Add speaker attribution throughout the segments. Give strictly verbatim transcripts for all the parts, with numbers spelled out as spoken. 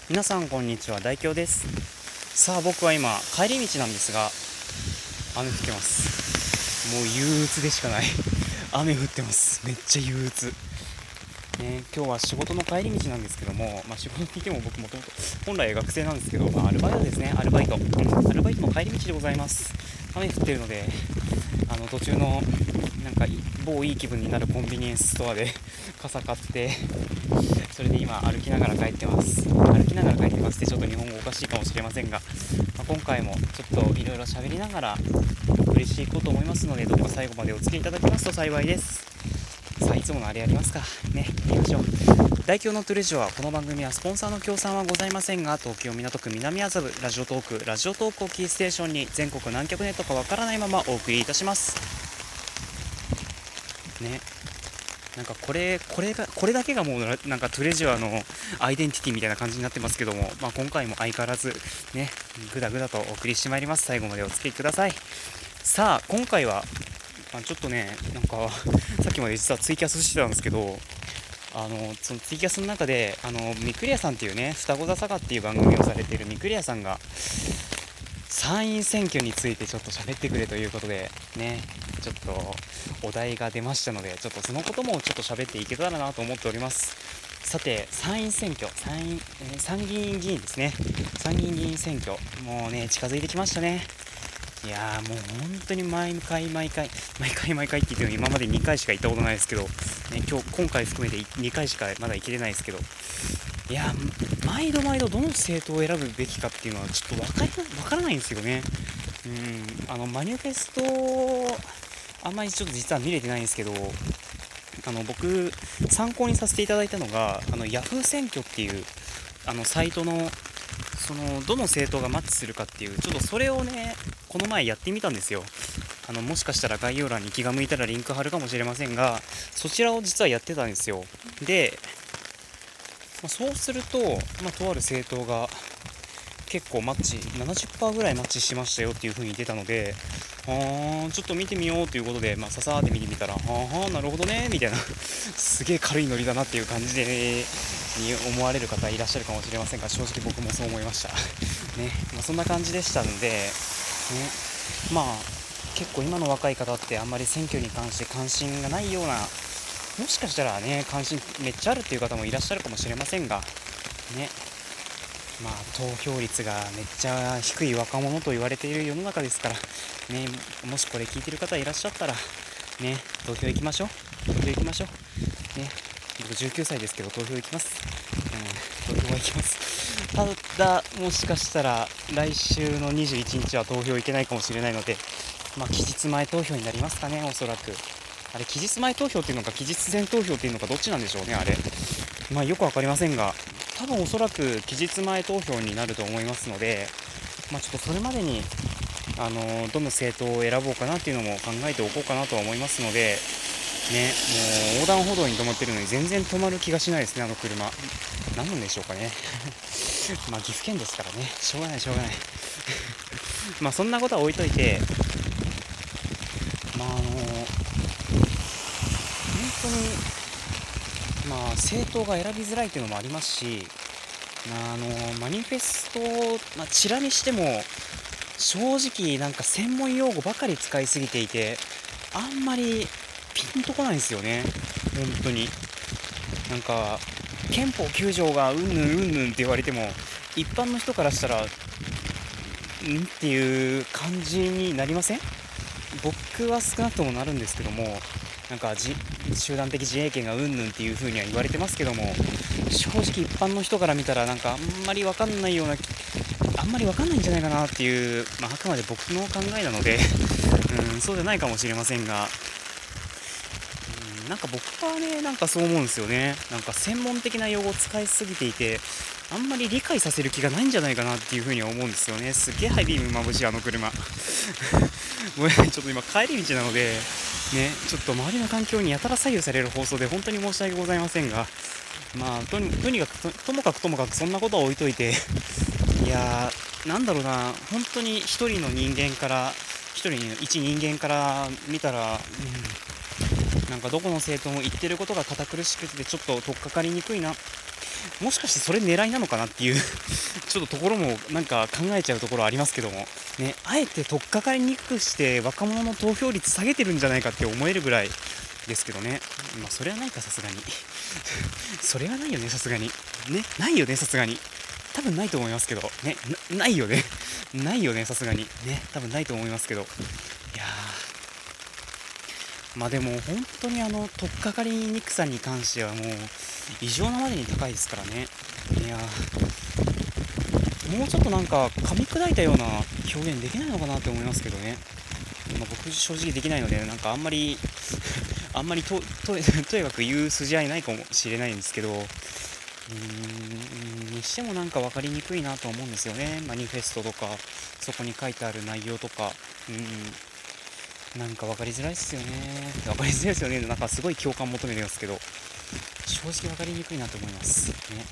Speaker 1: 皆さんこんにちは、大京です。さあ僕は今帰り道なんですが、雨降ってます。もう憂鬱でしかない雨降ってます。めっちゃ憂鬱ね。今日は仕事の帰り道なんですけども、まあ、仕事って言っても僕もともと本来学生なんですけど、まあ、アルバイトですね。アルバイトアルバイトの帰り道でございます。雨降ってるので、あの途中のなんか某いい気分になるコンビニエンスストアで傘買って、それで今歩きながら帰ってます。歩きながら帰ってますってちょっと日本語おかしいかもしれませんが、まあ、今回もちょっといろいろ喋りながらお送りしていこうと思いますので、どうか最後までお付き合いいただけますと幸いです。さあいつものあれやりますかね。行きましょう。大京のトゥレジョは、この番組はスポンサーの協賛はございませんが、東京港区南麻布ラジオトークラジオトークをキーステーションに全国何局ネットかわからないままお送りいたしますね。なんかこれこれがこれだけがもうなんかトゥレジュアのアイデンティティみたいな感じになってますけども、まあ、今回も相変わらずねグダグダとお送りしてまいります。最後までお付き合いください。さあ今回は、まあ、ちょっとねなんかさっきまで実はツイキャスしてたんですけど、あのそのツイキャスの中であのミクリアさんっていうね、双子座坂っていう番組をされているミクリアさんが参院選挙についてちょっと喋ってくれということでね、ちょっとお題が出ましたので、ちょっとそのこともちょっと喋っていけたらなと思っております。さて参院選挙、参院、えー参議院議員ですね。参議院議員選挙、もうね近づいてきましたね。いやーもう本当に毎回毎回毎回毎回って言っても今までにかいしか行ったことないですけど、ね、今日今回含めてにかいしかまだ行けてないですけど、いや毎度毎度どの政党を選ぶべきかっていうのはちょっと分かり分からないんですよね。うんあのマニフェストあんまりちょっと実は見れてないんですけど、あの僕参考にさせていただいたのが、あのヤフー選挙っていうあのサイトの、そのどの政党がマッチするかっていう、ちょっとそれをねこの前やってみたんですよ。あのもしかしたら概要欄に気が向いたらリンク貼るかもしれませんが、そちらを実はやってたんですよ。で、まあ、そうすると、まあ、とある政党が結構マッチ ななじゅっパーセント ぐらいマッチしましたよっていう風に出たので、あーちょっと見てみようということで、まあ、ささーって見てみたら、はあはあなるほどねみたいなすげえ軽いノリだなっていう感じで、ね、に思われる方いらっしゃるかもしれませんが、正直僕もそう思いましたね。まあ、そんな感じでしたので、ね、まあ結構今の若い方ってあんまり選挙に関して関心がないような、もしかしたらね関心めっちゃあるっていう方もいらっしゃるかもしれませんがね、まあ投票率がめっちゃ低い若者と言われている世の中ですからね、もしこれ聞いてる方いらっしゃったらね、投票行きましょう。投票行きましょうね。僕じゅうきゅうさいですけど投票行きます。うん、投票は行きます。ただもしかしたら来週のにじゅういちにちは投票行けないかもしれないので、まあ期日前投票になりますかね、おそらく。あれ期日前投票っていうのか期日前投票っていうのかどっちなんでしょうね、あれ。まあよく分かりませんが、多分おそらく期日前投票になると思いますので、まあ、ちょっとそれまでにあのどの政党を選ぼうかなっていうのも考えておこうかなとは思いますのでね。もう横断歩道に止まってるのに全然止まる気がしないですね、あの車。何なんでしょうかねまあ岐阜県ですからね、しょうがないしょうがないまあそんなことは置いといて、まああの本当にまあ政党が選びづらいというのもありますし、あのマニフェスト、まあ、チラにしても正直なんか専門用語ばかり使いすぎていて、あんまりピンとこないんですよね、本当に。なんか憲法きゅう条がうんぬんうんぬんって言われても、一般の人からしたらんっていう感じになりません？僕は少なくともなるんですけども、なんかじ集団的自衛権がうんぬんっていう風には言われてますけども、正直一般の人から見たらなんかあんまり分かんないような、あんまり分かんないんじゃないかなっていう、まあ、あくまで僕の考えなのでうんそうじゃないかもしれませんが、うんなんか僕はねなんかそう思うんですよね。なんか専門的な用語を使いすぎていて、あんまり理解させる気がないんじゃないかなっていう風には思うんですよね。すっげえハイビーム眩しいあの車ごめん、ちょっと今帰り道なのでね、ちょっと周りの環境にやたら左右される放送で本当に申し訳ございませんが、まあとにとにかくとともかくともかくそんなことは置いといて、いやーなんだろうな、本当に一人の人間から一人の一人間から見たら、うん、なんかどこの政党も言ってることが堅苦しくてちょっと取っかかりにくいな、 もしかしてそれ狙いなのかなっていうちょっとところもなんか考えちゃうところありますけどもね、あえて取っかかりにくくして若者の投票率下げてるんじゃないかって思えるぐらいですけどね。まあそれはないか、さすがにそれはないよね、さすがにね、ないよね、さすがに多分ないと思いますけどね、なないよねないよね、さすがにね、多分ないと思いますけど、いやー、まあでも本当にあの取っかかりにくさに関してはもう異常なまでに高いですからね。いやー、もうちょっとなんか噛み砕いたような表現できないのかなって思いますけどね。まあ、僕正直できないのでなんかあんまりあんまりとととにかく言う筋合いないかもしれないんですけど、うーんにしてもなんか分かりにくいなと思うんですよね。マニフェストとかそこに書いてある内容とか、うんなんか分かりづらいですよね。分かりづらいですよね。なんかすごい共感求めてますけど正直分かりにくいなと思いますね。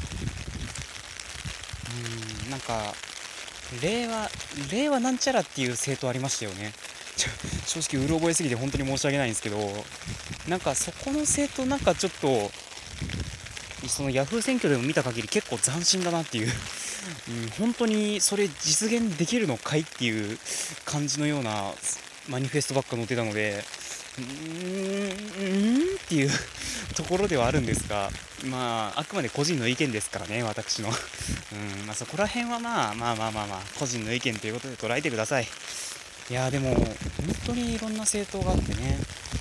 Speaker 1: うーんなんか令和令和なんちゃらっていう政党ありましたよね。正直うろ覚えすぎて本当に申し訳ないんですけど、なんかそこの政党なんかちょっとそのヤフー選挙でも見た限り結構斬新だなっていう、うん、本当にそれ実現できるのかいっていう感じのようなマニフェストばっか載ってたので、うーんっていうところではあるんですが、まああくまで個人の意見ですからね、私のうん、まあ、そこら辺はまあまあまあまあまあ個人の意見ということで捉えてください。いやーでも本当にいろんな政党があってね、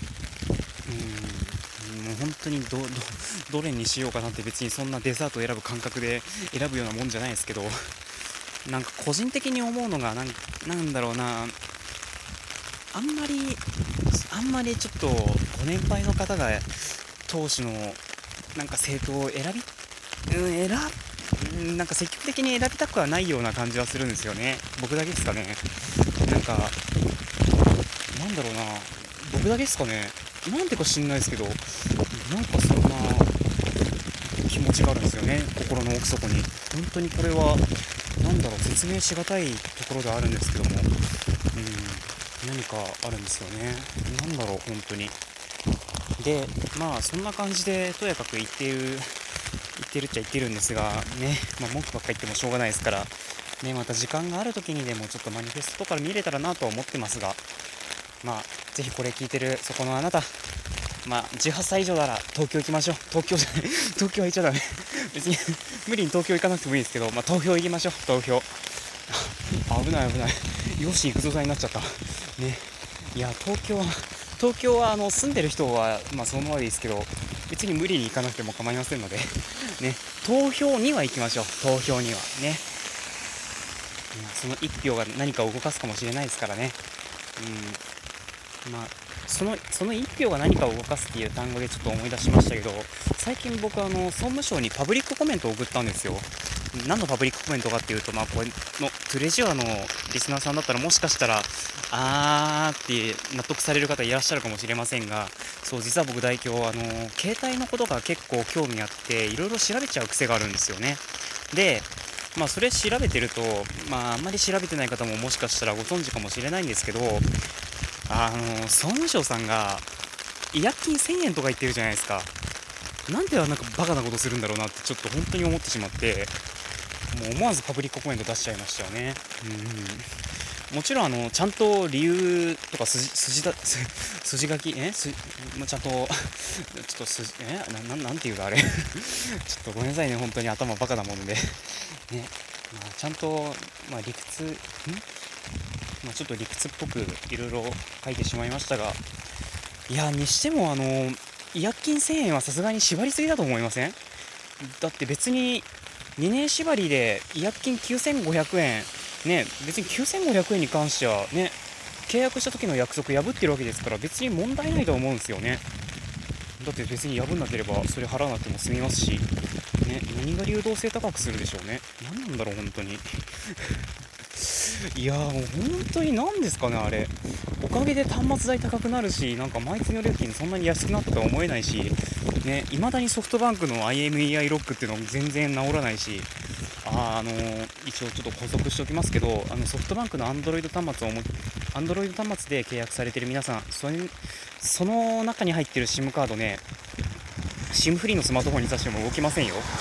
Speaker 1: うんもう本当に ど, ど, どれにしようかなって別にそんなデザートを選ぶ感覚で選ぶようなもんじゃないですけど、なんか個人的に思うのがなん、なんだろうな、あんまりあんまりちょっとご年配の方が党首のなんか政党を選び、うん、選うんなんか積極的に選びたくはないような感じはするんですよね。僕だけですかね。なんかなんだろうな、僕だけですかね。なんでか知んないですけど、なんかそんな気持ちがあるんですよね、心の奥底に。本当にこれはなんだろう、説明しがたいところではあるんですけども、うん、何かあるんですよね。なんだろう本当に。でまあそんな感じでとやかく言っている言ってるっちゃ言ってるんですがね、まあ、文句ばっか言ってもしょうがないですからね、また時間がある時にでもちょっとマニフェストから見れたらなとは思ってますが、まあぜひこれ聞いてるそこのあなた、まあじゅうはっさい以上なら東京行きましょう。東京じゃない東京は行っちゃダメ別に無理に東京行かなくてもいいんですけど、まあ投票行きましょう。投票危ない危ないよし行くぞさになっちゃったね。いや東京は東京はあの住んでる人はまあそのままでいいですけど、別に無理に行かなくても構いませんのでね、投票には行きましょう。投票にはね、そのいっぴょうが何かを動かすかもしれないですからね。うんまあそのそのいっぴょうが何かを動かすっていう単語でちょっと思い出しましたけど、最近僕あの総務省にパブリックコメントを送ったんですよ。何のパブリックコメントかっていうと、まあこれのトゥレジュアのリスナーさんだったらもしかしたらあーって納得される方いらっしゃるかもしれませんが、そう実は僕代表あの携帯のことが結構興味あっていろいろ調べちゃう癖があるんですよね。でまあそれ調べてると、まああんまり調べてない方ももしかしたらご存知かもしれないんですけど、あの総務省さんが違約金せんえんとか言ってるじゃないですか。なんであんなバカなことするんだろうなってちょっと本当に思ってしまって、もう思わずパブリックコメント出しちゃいましたよね。うんもちろんあのちゃんと理由とか筋筋だ筋書きえす、まあ、ちゃんとちょっと筋えなななんていうかあれちょっとごめんなさいね、本当に頭バカなもんでね、まあ、ちゃんと、まあ、理屈んまあ、ちょっと理屈っぽくいろいろ書いてしまいましたが、いやにしてもあの違約金せんえんはさすがに縛りすぎだと思いません？だって別ににねん縛りで違約金きゅうせんごひゃくえんね、別にきゅうせんごひゃくえんに関してはね、契約した時の約束破ってるわけですから別に問題ないと思うんですよね。だって別に破んなければそれ払わなくても済みますしね、何が流動性高くするでしょうね。何なんだろう本当にいやーもう本当に何ですかねあれ。おかげで端末代高くなるし、なんか毎月の料金そんなに安くなったとは思えないしね、未だにソフトバンクの アイエムイーアイ ロックっていうのも全然治らないし、あーあのー、一応ちょっと補足しておきますけど、あのソフトバンクの Android 端末をも Android 端末で契約されている皆さん、それその中に入っている SIM カードね、SIM フリーのスマートフォンに挿しても動きませんよ。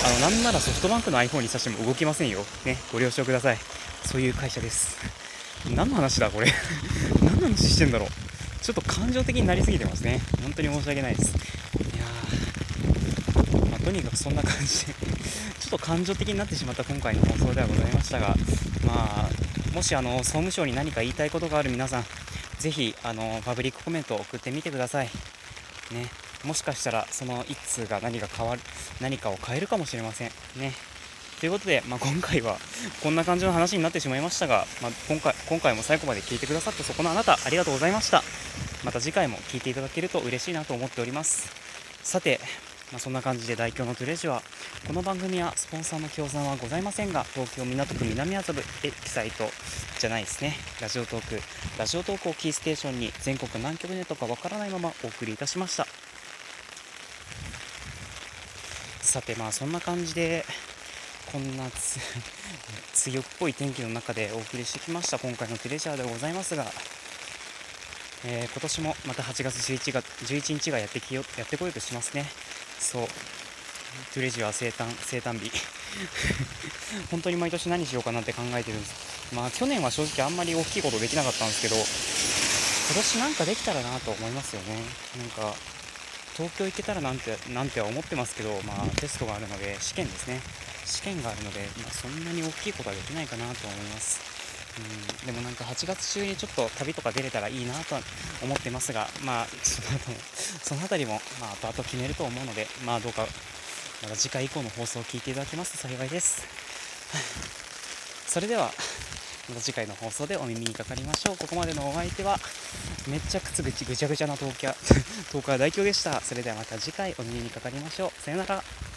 Speaker 1: あのなんならソフトバンクの iPhone にさしても動きませんよね、ご了承ください。そういう会社です。何の話だこれ何の話してんだろう。ちょっと感情的になりすぎてますね、本当に申し訳ないです。いやー、まあ、とにかくそんな感じでちょっと感情的になってしまった今回の放送ではございましたが、まあ、もしあの総務省に何か言いたいことがある皆さん、ぜひあのパブリックコメントを送ってみてくださいね。もしかしたらその一通が何か変わる何かを変えるかもしれませんね。ということで、まあ、今回はこんな感じの話になってしまいましたが、まあ、今回今回も最後まで聞いてくださったそこのあなた、ありがとうございました。また次回も聞いていただけると嬉しいなと思っております。さて、まあ、そんな感じで大京のトレジュア、この番組はスポンサーの協賛はございませんが、東京港区南麻布エキサイトじゃないですね、ラジオトークラジオトークをキーステーションに全国何局ネットかわからないままお送りいたしました。さて、まあそんな感じでこんなつ梅雨っぽい天気の中でお送りしてきました今回のトレジャーでございますが、えー今年もまたはちがつじゅういちがじゅういちにちがやってきよやってこようとしますね。そう、トゥレジュア生誕生誕日本当に毎年何しようかなって考えてるんです。まあ去年は正直あんまり大きいことできなかったんですけど、今年なんかできたらなと思いますよね。なんか東京行けたらなんてなんては思ってますけど、まあテストがあるので、試験ですね、試験があるので、まあ、そんなに大きいことはできないかなと思います。うん、でもなんかはちがつ中にちょっと旅とか出れたらいいなとは思ってますが、まあその後もそのあたりもまあ後々決めると思うので、まあどうかまた次回以降の放送を聞いていただけますと幸いです。それではまた次回の放送でお耳にかかりましょう。ここまでのお相手はめっちゃ靴ぐちぐちゃぐちゃな東京東海大京でした。それではまた次回お耳にかかりましょう。さよなら。